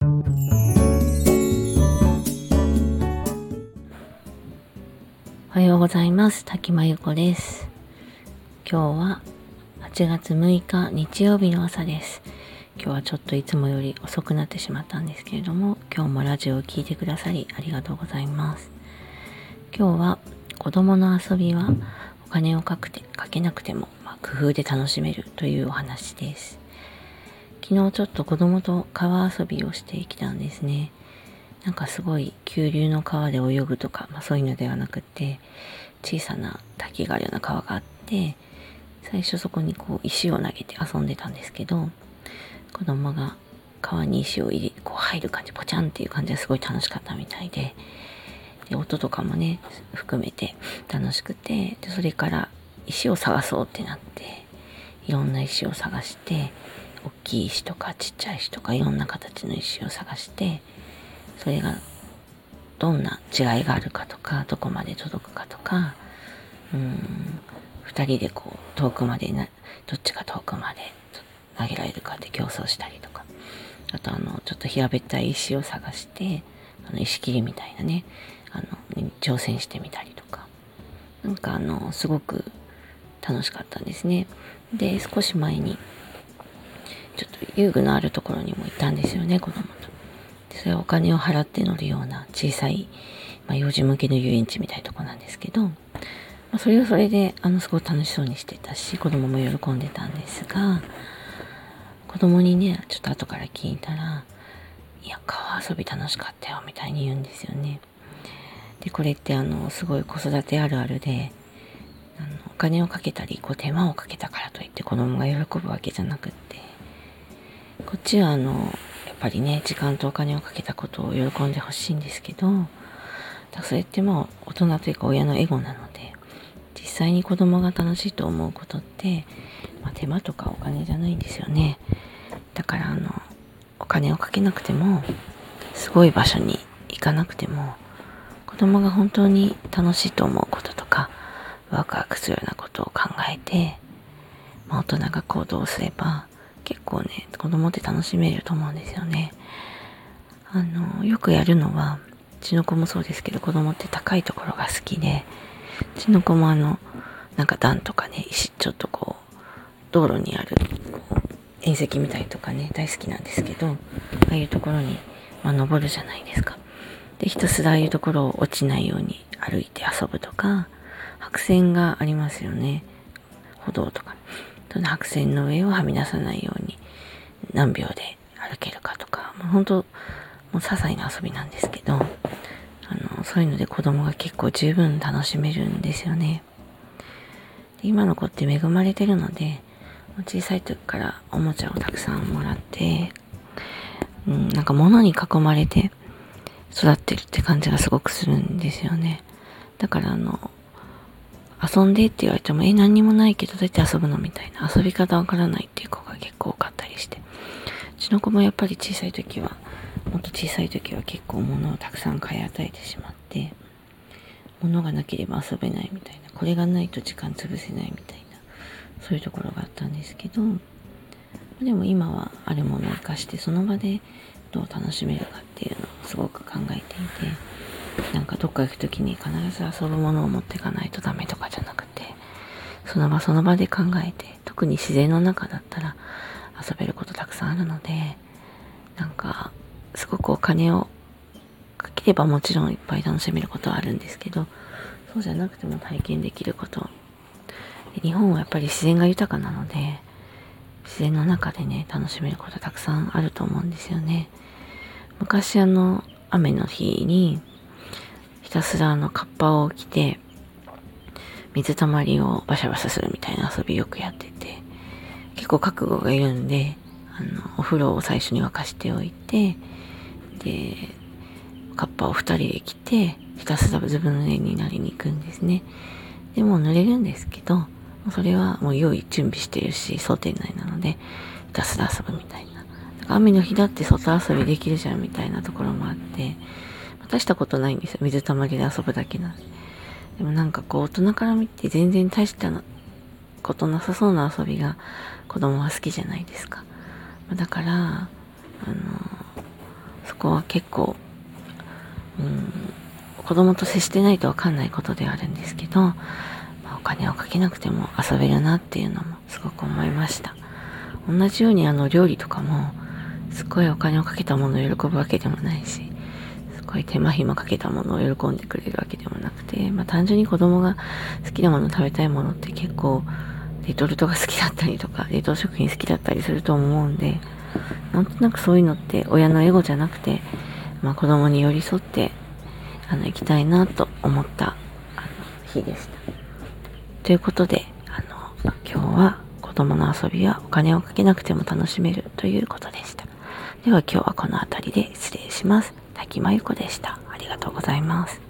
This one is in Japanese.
おはようございます。滝真由子です。今日は8月6日日曜日の朝です。今日はちょっといつもより遅くなってしまったんですけれども、今日もラジオを聞いてくださりありがとうございます。今日は子供の遊びはお金をかけなくても、工夫で楽しめるというお話です。昨日ちょっと子供と川遊びをしてきたんですね。なんかすごい急流の川で泳ぐとか、そういうのではなくて、小さな滝があるような川があって、最初そこに石を投げて遊んでたんですけど、子供が川に石を入る感じ、ポチャンっていう感じがすごい楽しかったみたいで、音とかもね含めて楽しくて、それから石を探そうってなって、いろんな石を探して、大きい石とかちっちゃい石とかいろんな形の石を探して、それがどんな違いがあるかとか、どこまで届くかとか、2人で遠くまでどっちが遠くまで投げられるかって競争したりとか、あとちょっと平べったい石を探して、石切りみたいなねに挑戦してみたりとか、なんかすごく楽しかったんですね。で、少し前にちょっと遊具のあるところにも行ったんですよね、子供と。それはお金を払って乗るような小さい、幼児向けの遊園地みたいなとこなんですけど、それはそれですごい楽しそうにしてたし、子供も喜んでたんですが、子供にねちょっと後から聞いたら、いや川遊び楽しかったよみたいに言うんですよね。で、これってすごい子育てあるあるで、お金をかけたり手間をかけたからといって子供が喜ぶわけじゃなくって、こっちはやっぱりね時間とお金をかけたことを喜んでほしいんですけど、それって大人というか親のエゴなので、実際に子供が楽しいと思うことって、手間とかお金じゃないんですよね。だからお金をかけなくても、すごい場所に行かなくても、子供が本当に楽しいと思うこととかワクワクするようなことを考えて、大人が行動すれば結構ね子供って楽しめると思うんですよね。よくやるのは、うちの子もそうですけど、子供って高いところが好きで、うちの子もなんか段とかね、石ちょっと道路にある縁石みたいとかね大好きなんですけど、ああいうところに登るじゃないですか。で、ひたすらああいうところを落ちないように歩いて遊ぶとか、白線がありますよね、歩道とか。その白線の上をはみ出さないように何秒で歩けるかとか、本当些細な遊びなんですけど、そういうので子供が結構十分楽しめるんですよね。で、今の子って恵まれてるので、小さい時からおもちゃをたくさんもらって、なんか物に囲まれて育ってるって感じがすごくするんですよね。だから遊んでって言われても、何にもないけどどうやって遊ぶのみたいな、遊び方わからないっていう子が結構多かったりして、うちの子もやっぱりもっと小さい時は結構物をたくさん買い与えてしまって、物がなければ遊べないみたいな、これがないと時間潰せないみたいな、そういうところがあったんですけど、でも今はあるものを生かしてその場でどう楽しめるかっていうのをすごく考えていて、なんかどっか行くときに必ず遊ぶものを持っていかないとダメとかじゃなくて、その場その場で考えて、特に自然の中だったら遊べることたくさんあるので、なんかすごくお金をかければもちろんいっぱい楽しめることはあるんですけど、そうじゃなくても体験できること、日本はやっぱり自然が豊かなので、自然の中でね楽しめることたくさんあると思うんですよね。昔雨の日にひたすらカッパを着て水たまりをバシャバシャするみたいな遊びよくやってて、結構覚悟がいるんで、お風呂を最初に沸かしておいて、でカッパを2人で着てひたすら自分の絵になりに行くんですね。でも濡れるんですけど、それはもう用意準備してるし想定内なので、ひたすら遊ぶみたいな。雨の日だって外遊びできるじゃんみたいなところもあって、大したことないんですよ、水たまりで遊ぶだけなんで。でもなんか大人から見て全然大したことなさそうな遊びが子供は好きじゃないですか。だからこは結構、子供と接してないとわかんないことではあるんですけど、お金をかけなくても遊べるなっていうのもすごく思いました。同じように料理とかもすごいお金をかけたものを喜ぶわけでもないし、すごい手間暇かけたものを喜んでくれるわけでもなくて、単純に子供が好きなもの食べたいものって結構レトルトが好きだったりとか冷凍食品好きだったりすると思うんで、なんとなくそういうのって親のエゴじゃなくて、子供に寄り添って行きたいなと思った日でした。ということで今日は子供の遊びはお金をかけなくても楽しめるということでした。では今日はこの辺りで失礼します。滝真由子でした。ありがとうございます。